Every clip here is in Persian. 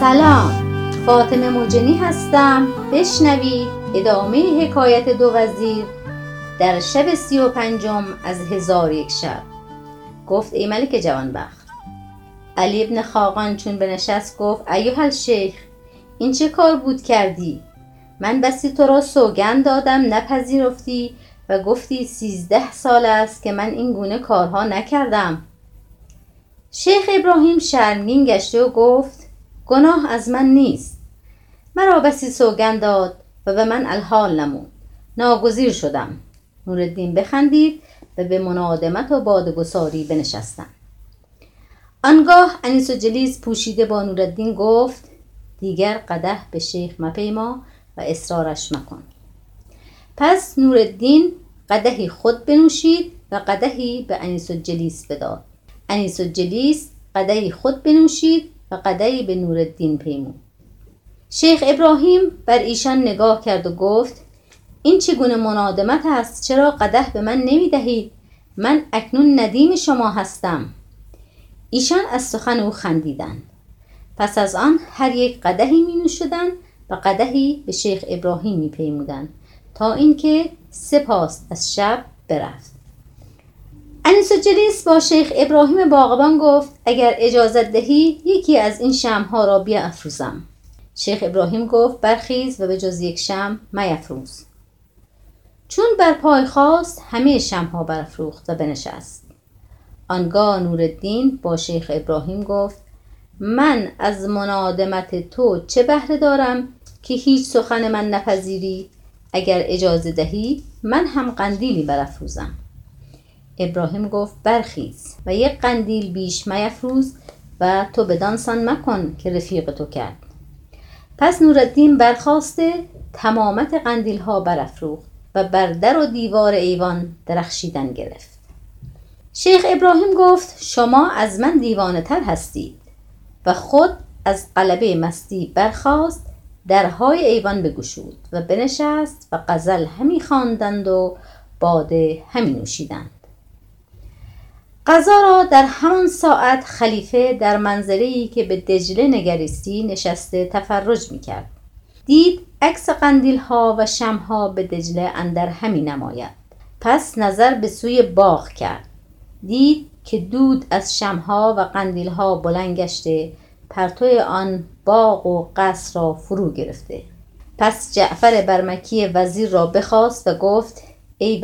سلام، فاطمه مجنی هستم. بشنوید ادامه حکایت دو وزیر در شب 35 از 1001 شب. گفت ای ملک جوانبخت. علی ابن خاقان چون بنشست گفت ایها الشیخ، این چه کار بود کردی؟ من بسی تو را سوگند دادم نپذیرفتی و گفتی 13 سال است که من این گونه کارها نکردم. شیخ ابراهیم شرمگین گشته و گفت گناه از من نیست. مرا بسی سوگند داد و به من الحال نمود. ناگزیر شدم. نورالدین بخندید و به منادمت و بادگساری بنشستند. آنگاه انیس و جلیس پوشیده با نورالدین گفت دیگر قدح به شیخ مپیما و اصرارش مکن. پس نورالدین قدحی خود بنوشید و قدحی به انیس و جلیس بداد. انیس و جلیس قدحی خود بنوشید و قدحی به نورالدین پیمود. شیخ ابراهیم بر ایشان نگاه کرد و گفت این چگونه منادمت است؟ چرا قدح به من نمی دهید؟ من اکنون ندیم شما هستم. ایشان از سخن او خندیدند. پس از آن هر یک قدحی می نوشیدند و قدحی به شیخ ابراهیم می پیمودند تا اینکه 3 پاس از شب برفت. انیس و جلیس با شیخ ابراهیم باغبان گفت اگر اجازت دهی یکی از این شمع‌ها را بیافروزم. شیخ ابراهیم گفت برخیز و به جز یک شمع میفروز. چون بر پای خاست همه شمع‌ها برافروخت و بنشست. آنگاه نورالدین با شیخ ابراهیم گفت من از منادمت تو چه بهره دارم که هیچ سخن من نپذیری؟ اگر اجازه دهی من هم قندیلی برافروزم. ابراهیم گفت برخیز و یک قندیل بیش میفروز و تو بدانسان مکن که رفیق تو کرد. پس نورالدین برخاسته تمامت قندیل ها برافروخت و بر در و دیوار ایوان درخشیدن گرفت. شیخ ابراهیم گفت شما از من دیوانه تر هستید و خود از غلبه مستی برخاست، درهای ایوان بگشود و بنشست و غزل همی خواندند و باده همی نوشیدند. قضا را در همان ساعت خلیفه در منظره‌ای که به دجله نگریستی نشسته تفرج می‌کرد. دید عکس قندیل‌ها و شمع‌ها به دجله اندر همی نماید. پس نظر به سوی باغ کرد. دید که دود از شمع‌ها و قندیل‌ها بلند گشته پرتوی آن باغ و قصر را فرو گرفته. پس جعفر برمکی وزیر را بخواست و گفت ای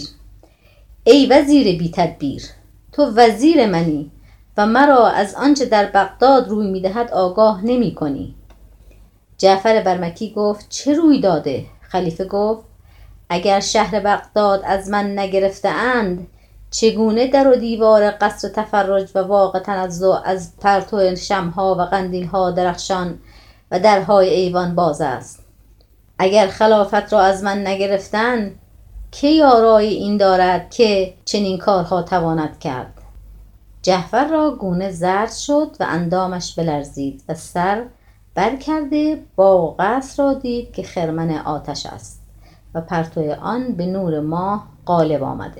وزیر بی تدبیر، تو وزیر منی و مرا از آنچه در بغداد روی می‌دهد آگاه نمی کنی. جعفر برمکی گفت چه روی داده؟ خلیفه گفت اگر شهر بغداد از من نگرفته اند چگونه در و دیوار قصر تفرج و باغ تنزه از پرتو شمع‌ها و قندیل‌ها درخشان و درهای ایوان باز است؟ اگر خلافت را از من نگرفتند کی یارای این دارد که چنین کارها تواند کرد؟ جعفر را گونه زرد شد و اندامش بلرزید و سر برکرده باغ و قصر را دید که خرمن آتش است و پرتوی آن به نور ماه غالب آمده.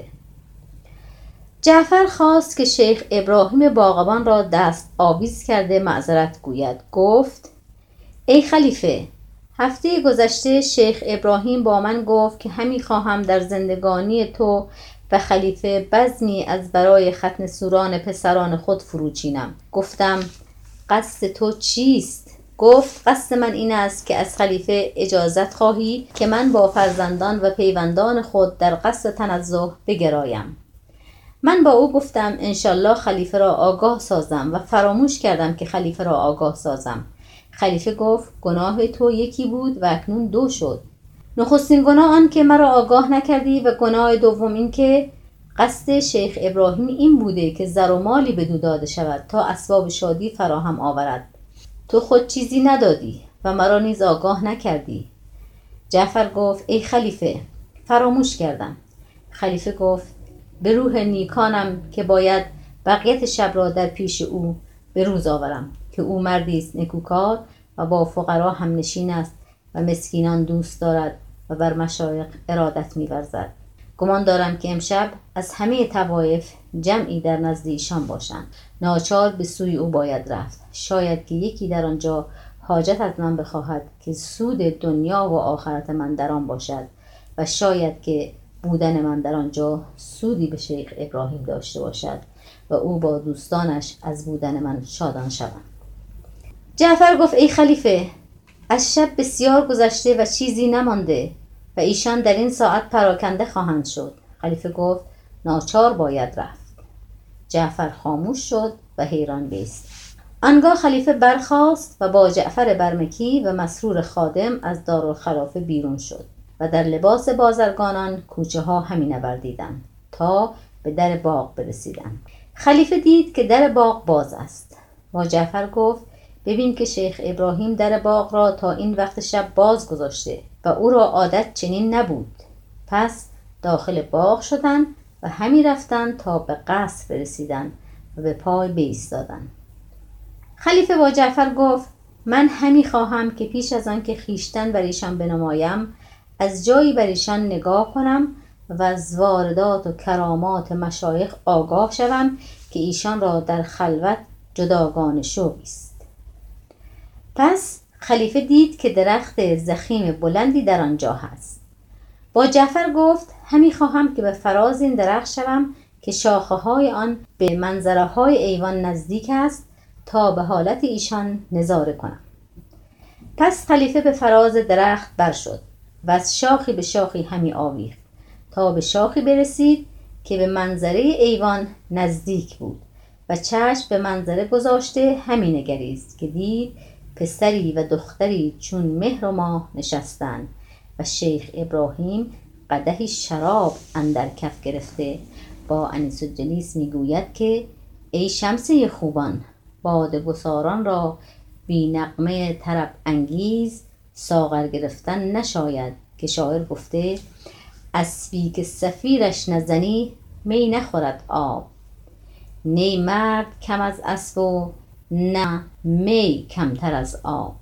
جعفر خواست که شیخ ابراهیم باغبان را دست آویز کرده معذرت گوید. گفت ای خلیفه، هفته گذشته شیخ ابراهیم با من گفت که همی خواهم در زندگانی تو و خلیفه بزمی از برای ختن سوران پسران خود فروچینم. گفتم قصد تو چیست؟ گفت قصد من این است که از خلیفه اجازت خواهی که من با فرزندان و پیوندان خود در قصر تنزه بگرایم. من با او گفتم انشالله خلیفه را آگاه سازم و فراموش کردم که خلیفه را آگاه سازم. خلیفه گفت گناه تو یکی بود و اکنون 2 شد. نخستین گناه آن که مرا آگاه نکردی و گناه دوم این که قصد شیخ ابراهیم این بوده که زر و مالی بدو داده شود تا اسباب شادی فراهم آورد. تو خود چیزی ندادی و مرا نیز آگاه نکردی. جعفر گفت ای خلیفه، فراموش کردم. خلیفه گفت به روح نیکانم که باید بقیت شب را در پیش او به روز آورم که او مردی است نیکوکار و با فقرا هم نشین است و مسکینان دوست دارد و بر مشایخ ارادت می‌ورزد. گمان دارم که امشب از همه طوایف جمعی در نزد ایشان باشند. ناچار به سوی او باید رفت. شاید که یکی در آنجا حاجت از من بخواهد که سود دنیا و آخرت من در آن باشد و شاید که بودن من در آنجا سودی به شیخ ابراهیم داشته باشد و او با دوستانش از بودن من شادان شوند. جعفر گفت ای خلیفه، از شب بسیار گذشته و چیزی نمانده و ایشان در این ساعت پراکنده خواهند شد. خلیفه گفت ناچار باید رفت. جعفر خاموش شد و حیران بایست. آنگاه خلیفه برخاست و با جعفر برمکی و مسرور خادم از دارالخلافه بیرون شد و در لباس بازرگانان کوچه ها همی نوردیدند تا به در باغ برسیدند. خلیفه دید که در باغ باز است. با جعفر گفت ببین که شیخ ابراهیم در باغ را تا این وقت شب باز گذاشته و او را عادت چنین نبود. پس داخل باغ شدند و همی رفتند تا به قصر برسیدند و به پای بایستادند. خلیفه با جعفر گفت من همی خواهم که پیش از آن که خویشتن بر ایشان بنمایم از جایی بر ایشان نگاه کنم و از واردات و کرامات مشایخ آگاه شوم که ایشان را در خلوت جداگانه شوقی است. پس خلیفه دید که درخت ضخیم بلندی در آنجا هست. با جعفر گفت همی خواهم که به فراز این درخت شوم که شاخه های آن به منظره های ایوان نزدیک است تا به حالت ایشان نظاره کنم. پس خلیفه به فراز درخت بر شد و از شاخی به شاخی همی آویخت تا به شاخی برسید که به منظره ایوان نزدیک بود و چشم به منظره گذاشته همی نگریست که دید پسری و دختری چون مهر و ماه نشستند و شیخ ابراهیم قدحی شراب اندر کف گرفته با انیس الجلیس میگوید که ای شمسه خوبان، باده گساران را بی نغمه طرب انگیز ساغر گرفتن نشاید که شاعر گفته اسبی که صفیرش نزنی می نخورد آب. نی مرد کم از اسب و نه می کمتر از آب.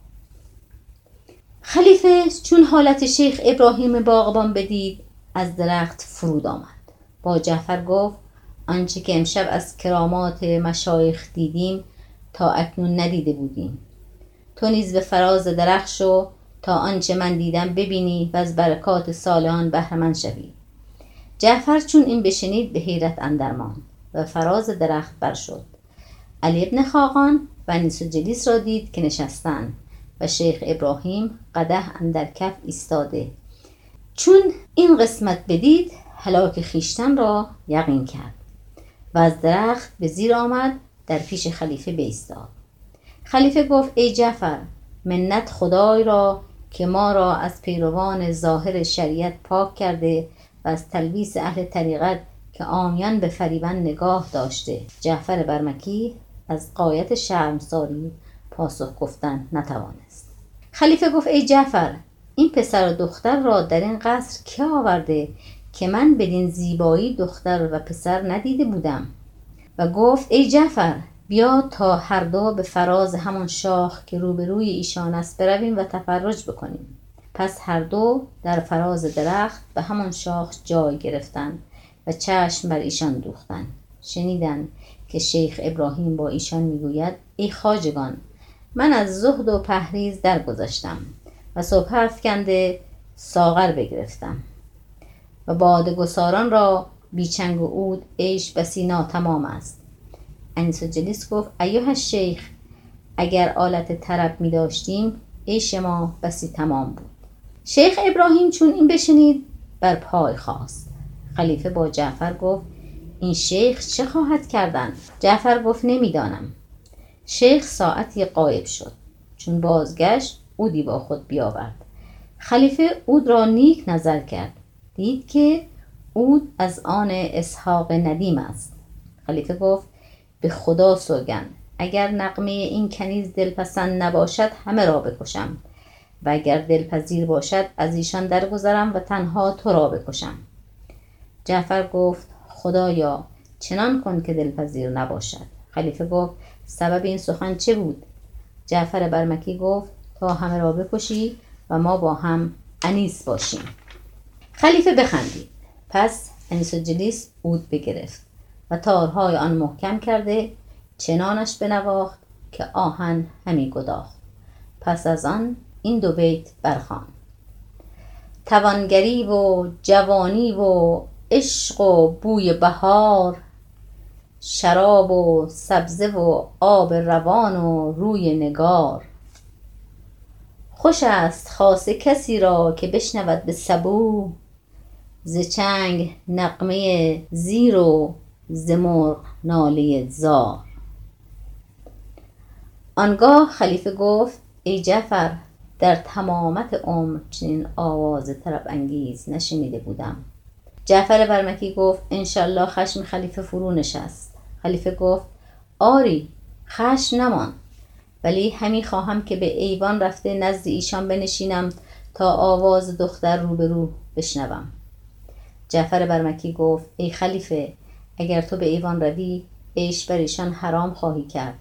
خلیفه چون حالت شیخ ابراهیم باغبان بدید از درخت فرود آمد. با جعفر گفت آنچه که امشب از کرامات مشایخ دیدیم تا اکنون ندیده بودیم. تو نیز به فراز درخت شو تا آنچه من دیدم ببینی و از برکات صالحان بهره مند شوی. جعفر چون این بشنید به حیرت اندر ماند و فراز درخت بر شد. علی ابن خاقان و انیس الجلیس را دید که نشستند و شیخ ابراهیم قدح اندر کف ایستاده. چون این قسمت بدید هلاک خویشتن را یقین کرد و از درخت به زیر آمد، در پیش خلیفه بایستاد. خلیفه گفت ای جعفر، منت خدای را که ما را از پیروان ظاهر شریعت پاک کرده و از تلبیس اهل طریقت که عامیان به فریبان نگاه داشته. جعفر برمکی از غایت شرمساری پاسخ گفتن نتوانست. خلیفه گفت ای جعفر، این پسر و دختر را در این قصر که آورده که من بدین زیبایی دختر و پسر ندیده بودم؟ و گفت ای جعفر، بیا تا هر دو به فراز همان شاخ که روبروی ایشان است برویم و تفرج بکنیم. پس هر دو در فراز درخت به همان شاخ جای گرفتند و چشم بر ایشان دوختند. شنیدند که شیخ ابراهیم با ایشان میگوید ای خواجگان، من از زهد و پرهیز درگذشتم و صبح افکنده ساغر بگرفتم و باده گساران را بی چنگ و عود عیش بسی ناتمام است. انیس الجلیس گفت ایها الشیخ، اگر آلت طرب می داشتیم عیش ما بسی تمام بود. شیخ ابراهیم چون این بشنید بر پای خاست. خلیفه با جعفر گفت این شیخ چه خواهد کردن؟ جعفر گفت نمیدانم. شیخ ساعتی غایب شد. چون بازگشت عودی با خود بیاورد. خلیفه عود را نیک نظر کرد، دید که عود از آن اسحاق ندیم است. خلیفه گفت به خدا سوگند، اگر نغمه این کنیز دلپسند نباشد همه را بکشم و اگر دلپذیر باشد از ایشان درگذرم و تنها تو را بکشم. جعفر گفت خدایا چنان کن که دلپذیر نباشد. خلیفه گفت سبب این سخن چه بود؟ جعفر برمکی گفت تا همه را بکشی و ما با هم انیس باشیم. خلیفه بخندید. پس انیس الجلیس عود بگرفت و تارهای آن محکم کرده چنانش بنواخت که آهن همی گداخت. پس از آن این 2 بیت برخوان: توانگری و جوانی و عشق و بوی بهار، شراب و سبزه و آب روان و روی نگار. خوش است خاصه کسی را که بشنود به صبوح، ز چنگ نغمه زیر و ز مرغ ناله زار. آنگاه خلیفه گفت: ای جعفر، در تمامت عمر چنین آواز طرب انگیز نشنیده بودم. جعفر برمکی گفت: انشالله خشم خلیفه فرو نشست. خلیفه گفت: آری، خشم نمان، ولی همی خواهم که به ایوان رفته نزد ایشان بنشینم تا آواز دختر روبرو بشنوم. جعفر برمکی گفت: ای خلیفه، اگر تو به ایوان روی، عیش بر ایشان حرام خواهی کرد،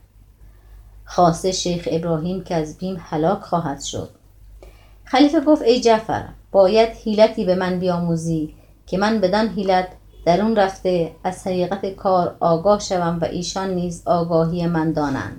خاصه شیخ ابراهیم که از بیم هلاک خواهد شد. خلیفه گفت: ای جعفر، باید حیلتی به من بیاموزی که من بدان حیلت درون رفته از حقیقت کار آگاه شوم و ایشان نیز آگاهی من دانند.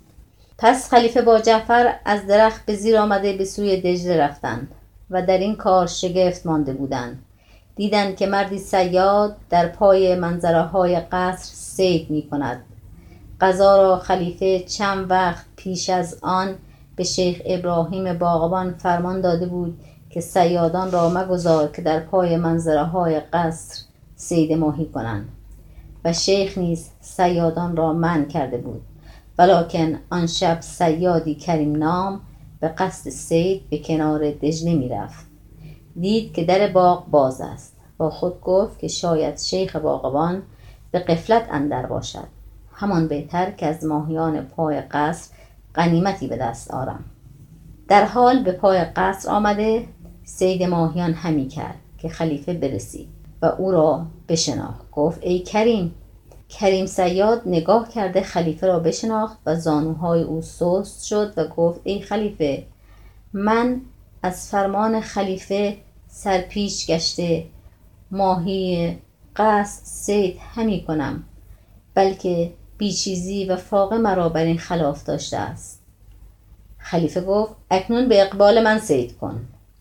پس خلیفه با جعفر از درخت به زیر آمده به سوی دجله رفتند و در این کار شگفت مانده بودند. دیدند که مردی صیاد در پای منظره های قصر صید می کند. قضا را خلیفه چند وقت پیش از آن به شیخ ابراهیم باغبان فرمان داده بود که صیادان را مگذار که در پای منظره های قصر صید ماهی کنند و شیخ نیز صیادان را منع کرده بود. ولکن آن شب صیادی کریم نام به قصد صید به کنار دجله می رفت. دید که در باغ باز است. با خود گفت که شاید شیخ باغبان به غفلت اندر باشد. همان بهتر که از ماهیان پای قصر غنیمتی به دست آرم. در حال به پای قصر آمده صید ماهیان همی کرد که خلیفه برسید و او را بشناخت. گفت: ای کریم. کریم صیاد نگاه کرده خلیفه را بشناخت و زانوهای او سست شد و گفت: ای خلیفه، من از فرمان خلیفه سرپیچ گشته ماهی قصد صید همی کنم، بلکه بیچیزی و فاقه مرا بر این خلاف داشته است. خلیفه گفت: اکنون به اقبال من صید کن.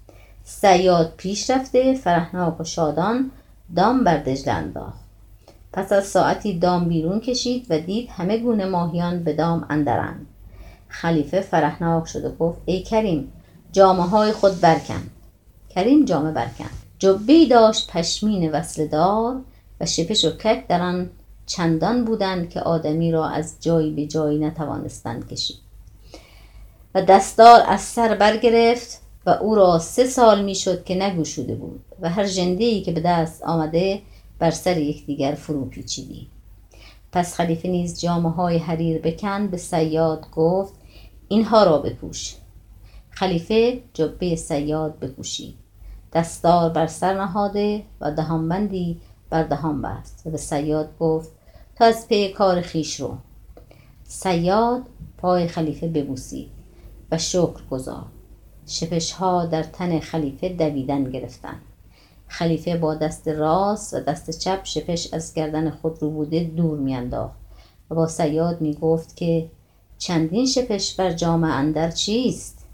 صیاد پیش رفته فرحناک و شادان دام بر دجله انداخت. پس از ساعتی دام بیرون کشید و دید همه گونه ماهیان به دام اندرند. خلیفه فرحناک شد و گفت: ای کریم، جامه های خود برکن. کریم جامه برکن. جبه‌ای داشت پشمین وصله دار و شپش و کک در آن چندان بودند که آدمی را از جایی به جایی نتوانستند کشید. و دستار از سر برگرفت و او را 3 سال می شد که نگشوده بود و هر ژنده‌ای که به دست آمده بر سر یکدیگر فرو پیچیدی. پس خلیفه نیز جامه‌های حریر بکند، به صیاد گفت: اینها را بپوش. خلیفه جبه صیاد بپوشید. دستار بر سر نهاده و دهانبندی بر دهان بست و به صیاد گفت: تو از پی کار خویش رو. صیاد پای خلیفه ببوسید و شکر گزارد. شپش‌ها در تن خلیفه دویدن گرفتند. خلیفه با دست راست و دست چپ شپش از گردن خود رو بوده دور میانداخت و با صیاد می گفت که چندین شپش بر جامه اندر چیست؟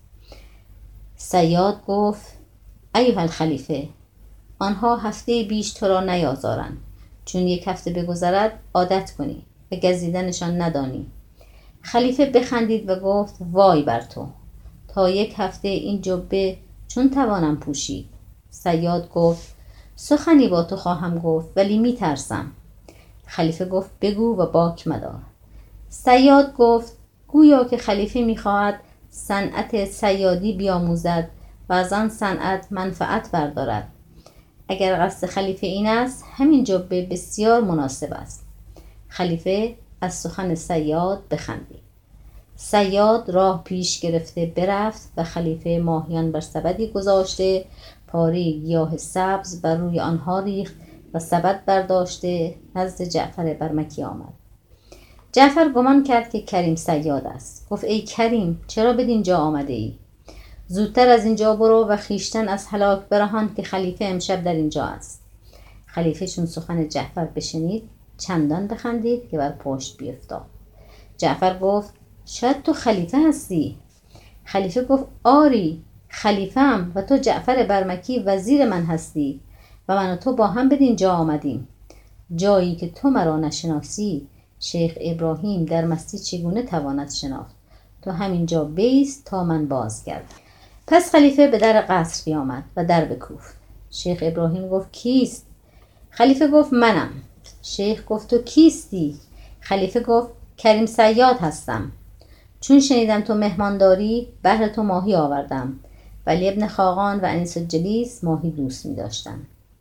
صیاد گفت: ایها الخلیفه، آنها هفته بیش تو را نیازارند، چون 1 هفته بگذرد عادت کنی و گزیدنشان ندانی. خلیفه بخندید و گفت: وای بر تو، تا 1 هفته این جبه چون توانم پوشید؟ صیاد گفت: سخنی با تو خواهم گفت ولی می ترسم. خلیفه گفت: بگو و باک مدار. صیاد گفت: گویا که خلیفه می خواهد صنعت صیادی بیاموزد و از آن صنعت منفعت بردارد. اگر قصد خلیفه این است، همین جبه بسیار مناسب است. خلیفه از سخن صیاد بخندید. صیاد راه پیش گرفته برفت و خلیفه ماهیان بر سبدی گذاشته پاره گیاه سبز بر روی آنها ریخت و سبد برداشته نزد جعفر برمکی آمد. جعفر گمان کرد که کریم صیاد است. گفت: ای کریم، چرا بدین جا آمده ای؟ زودتر از اینجا برو و خیشتن از هلاک برهان که خلیفه امشب در اینجا است. خلیفه چون سخن جعفر بشنید چندان بخندید که بر پشت بیفتاد. جعفر گفت: شاید تو خلیفه هستی؟ خلیفه گفت آری، خلیفه‌ام و تو جعفر برمکی وزیر من هستی و من و تو با هم بدین جا آمدیم. جایی که تو مرا نشناسی، شیخ ابراهیم در مسجد چگونه تواند شناخت؟ تو همینجا بیست تا من بازگردم. پس خلیفه به در قصر بیامد و در بکوفت. شیخ ابراهیم گفت کیست؟ خلیفه گفت منم. شیخ گفت تو کیستی؟ خلیفه گفت کریم صیاد هستم. چون شنیدم تو مهمانداری، بهر تو ماهی آوردم. ولی ابن خاقان و انیس الجلیس ماهی دوست می داشتن.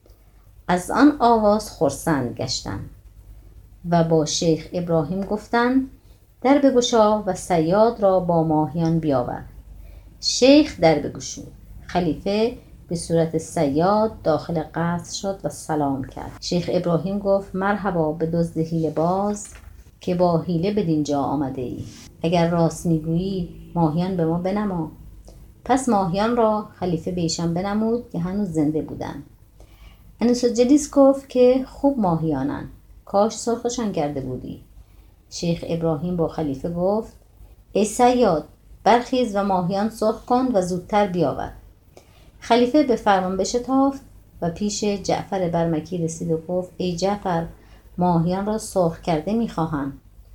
از آن آواز خرسند گشتم و با شیخ ابراهیم گفتند در بگشا و صیاد را با ماهیان بیاور. شیخ در بگشود. خلیفه به صورت صیاد داخل قصر شد و سلام کرد. شیخ ابراهیم گفت مرحبا به دزد حیله باز که با حیله بدین جا آمده ای. اگر راست میگویی ماهیان به ما بنما. پس ماهیان را خلیفه به ایشان بنمود که هنوز زنده بودند. انیس الجلیس گفت که خوب ماهیانن، کاش سرخشان کرده بودی. شیخ ابراهیم با خلیفه گفت ای صیاد، برخیز و ماهیان سرخ کن و زودتر بیاور. خلیفه به فرمان بشتافت و پیش جعفر برمکی رسید و گفت ای جعفر، ماهیان را سرخ کرده میخواهم.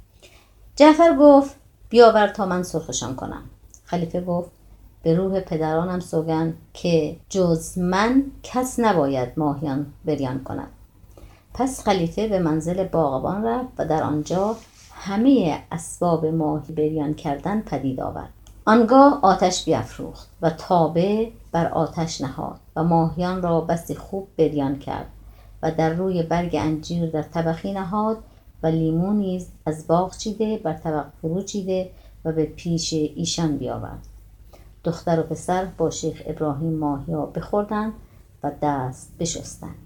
جعفر گفت بیاور تا من سرخشان کنم. خلیفه گفت به روح پدرانم سوگند که جز من کس نباید ماهیان بریان کند. پس خلیفه به منزل باغبان رفت و در آنجا همه اسباب ماهی بریان کردن پدید آورد. آنگاه آتش بیافروخت و تابه بر آتش نهاد و ماهیان را بسی خوب بریان کرد و در روی برگ انجیر در طبقی نهاد و لیمو نیز از باغ چیده بر طبق فرو چیده و به پیش ایشان بیاورد. دختر و پسر با شیخ ابراهیم ماهیا بخوردند و دست بشستند.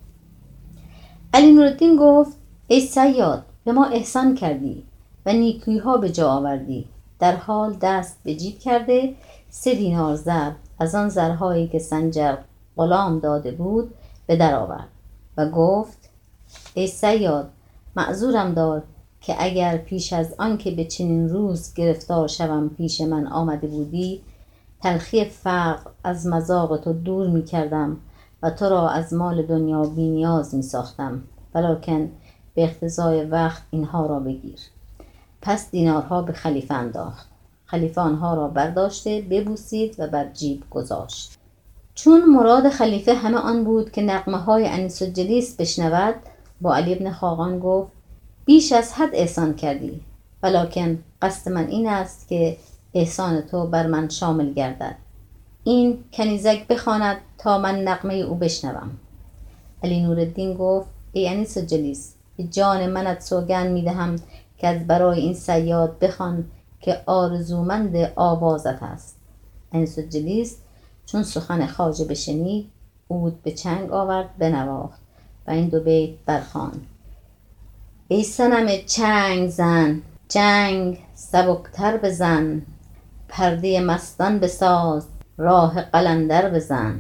علی نورالدین گفت ای صیاد، به ما احسان کردی و نیکویی ها به جا آوردی. در حال دست به جیب کرده 3 دینار زر از آن زرهایی که سنجر غلام داده بود به در آورد و گفت ای صیاد، معذورم دار که اگر پیش از آن که به چنین روز گرفتار شوم پیش من آمده بودی، تلخی فقر از مذاق تو دور می کردم و تو را از مال دنیا بی نیاز می ساختم، ولکن به اقتضای وقت اینها را بگیر. پس دینارها به خلیفه انداخت. خلیفه آنها را برداشته ببوسید و بر جیب گذاشت. چون مراد خلیفه همه آن بود که نغمه های انیس الجلیس بشنود، با علی بن خاقان گفت بیش از حد احسان کردی، ولکن قصد من این است که احسان تو بر من شامل گردد. این کنیزک بخواند تا من نغمه او بشنوم. علی نورالدین گفت ای انیس الجلیس، به جان منت سوگند میدهم که از برای این صیاد بخوان که آرزومند آوازت است. انیس الجلیس چون سخن خواجه بشنید، عود به چنگ آورد بنواخت و این 2 بیت برخواند. ای صنم چنگ زن، چنگ سبکتر بزن، پرده مستان بساز، راه قلندر بزن.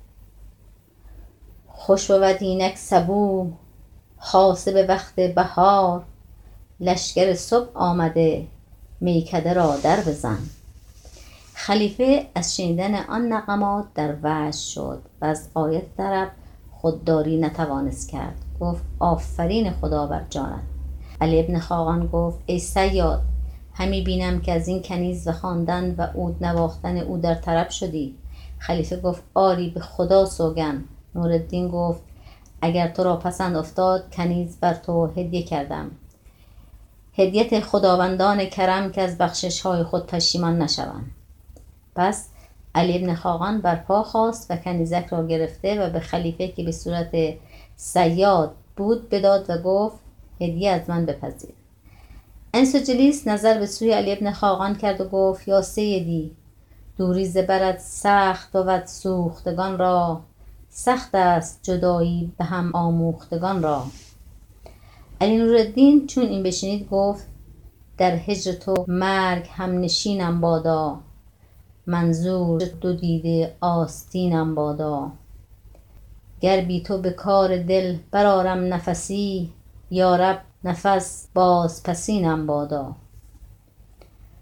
خوش بود اینک صبوح خاصه به وقت بهار، لشکر صبح آمده میکده را در بزن. خلیفه از شنیدن آن نغمات در وجد شد و از آیت طرب خودداری نتوانست کرد. گفت آفرین خدا بر جانت. علی بن خاقان گفت ای صیاد، همی بینم که از این کنیز و خواندن و عود نواختن او در طرب شدی. خلیفه گفت آری، به خدا سوگند. نورالدین گفت اگر تو را پسند افتاد کنیز بر تو هدیه کردم، هدیت خداوندان کرم که از بخشش های خود پشیمان نشوند. پس علی بن خاقان برپا خاست و کنیزک را گرفته و به خلیفه که به صورت صیاد بود بداد و گفت هدیه از من بپذیر. انیس الجلیس نظر به سوی علی بن خاقان کرد و گفت یا سیدی، دوری ز برت سخت بود سوختگان را، سخت است جدایی به هم آموختگان را. علی نورالدین چون این بشنید گفت در هجر تو مرگ هم نشینم بادا، منظور 2 دیده آستینم بادا. گر بی تو به کار دل برارم نفسی، یا رب نفس باز پسینم بادا.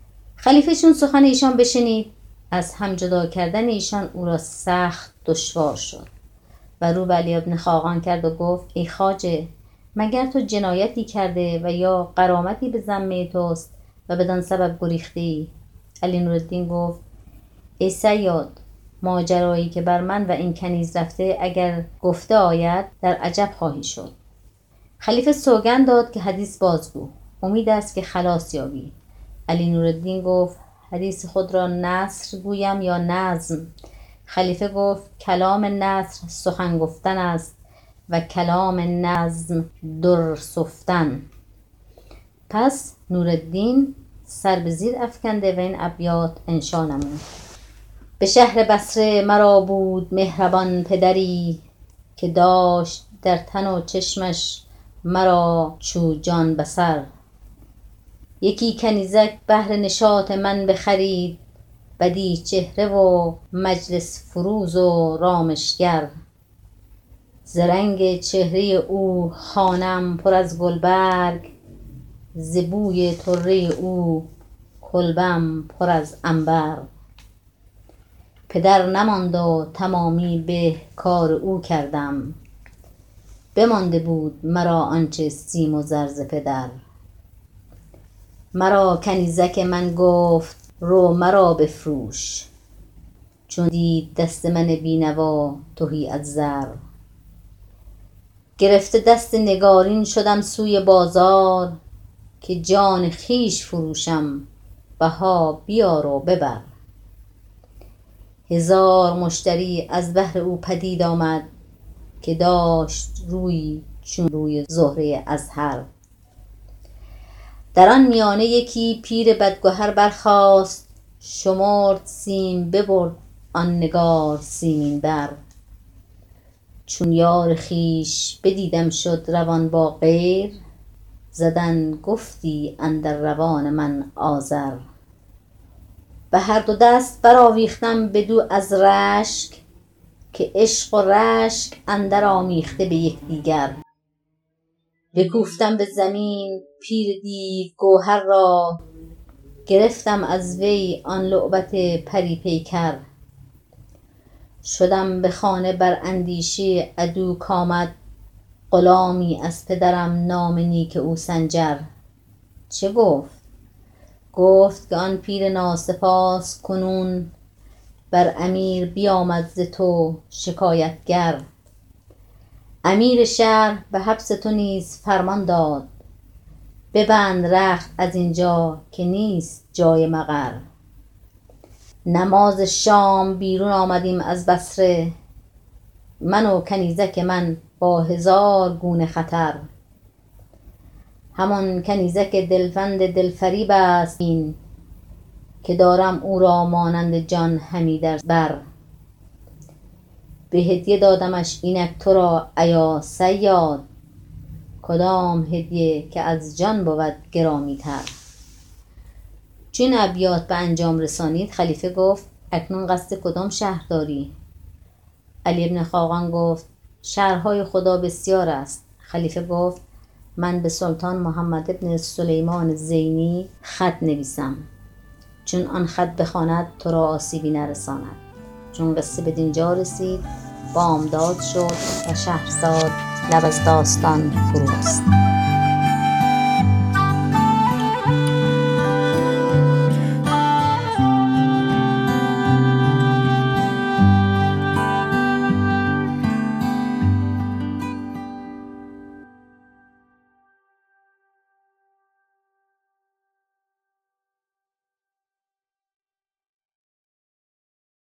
خلیفه چون سخن ایشان بشنید، از هم جدا کردن ایشان او را سخت دشوار شد و رو به علی ابن خاقان کرد و گفت ای خواجه، مگر تو جنایتی کرده و یا غرامتی به ذمه توست و بدان سبب گریختی؟ علی نورالدین گفت ای صیاد، ماجرایی که بر من و این کنیز رفته اگر گفته آید در عجب خواهی شد. خلیفه سوگند داد که حدیث بازگو، امید است که خلاص یابی. علی نورالدین گفت حدیث خود را نثر گویم یا نظم؟ خلیفه گفت کلام نثر سخن گفتن است و کلام نظم در سفتن. پس نورالدین سر به زیر افکنده و این ابیات انشا نمود: به شهر بصره مرا بود مهربان پدری، که داشت در تن و چشمش مرا چو جان بصر. یکی کنیزک بهر نشاط من بخرید، بدی چهره و مجلس فروز و رامشگر. ز رنگ چهره او خانم پر از گلبرگ، ز بوی طره او کلبم پر از عنبر. پدر نماند و تمامی به کار او کردم، بمانده بود مرا آنچه سیم و زر ز پدر. مرا کنیزک من گفت رو مرا بفروش، چون دید دست من بینوا تهی از زر. گرفته دست نگارین شدم سوی بازار، که جان خویش فروشم بها بیار و ببر. 1000 مشتری از بهر او پدید آمد، که داشت روی چون روی زهره ازهر. در آن میانه یکی پیر بدگهر برخاست، شمرد سیم ببرد آن نگار سیمین بر. چون یار خویش بدیدم شد روان با غیر، زدن گفتی اندر روان من آذر. به هر دو دست برآویختم بدو از رشک، که عشق و رشک اندر آمیخته به یکدیگر. بکوفتم به زمین پیر دیو گوهر را، گرفتم از وی آن لعبت پری پیکر. شدم به خانه بر اندیشه عدو کامد، غلامی از پدرم نام نیک او سنجر. چه گفت؟ گفت که آن پیر ناسپاس کنون، بر امیر بیامد ز تو شکایتگر. امیر شهر به حبس تو نیز فرمان داد، ببند رخت از اینجا که نیست جای مقر. نماز شام بیرون آمدیم از بصره، من و کنیزک من با 1000 گونه خطر. همان کنیزک دلفند دلفریب است این، که دارم او را مانند جان همی در بر. به هدیه دادمش اینک تو را ایا صیاد، کدام هدیه که از جان بود گرامی تر. چون ابیات به انجام رسانید، خلیفه گفت اکنون قصد کدام شهر داری؟ علی ابن خاقان گفت شهرهای خدا بسیار است. خلیفه گفت من به سلطان محمد ابن سلیمان زینی خط نویسم، چون آن خط بخواند تو را آسیبی نرساند. چون قصه به دینجا رسید، بامداد شد و شهرزاد لب از داستان فرو بست.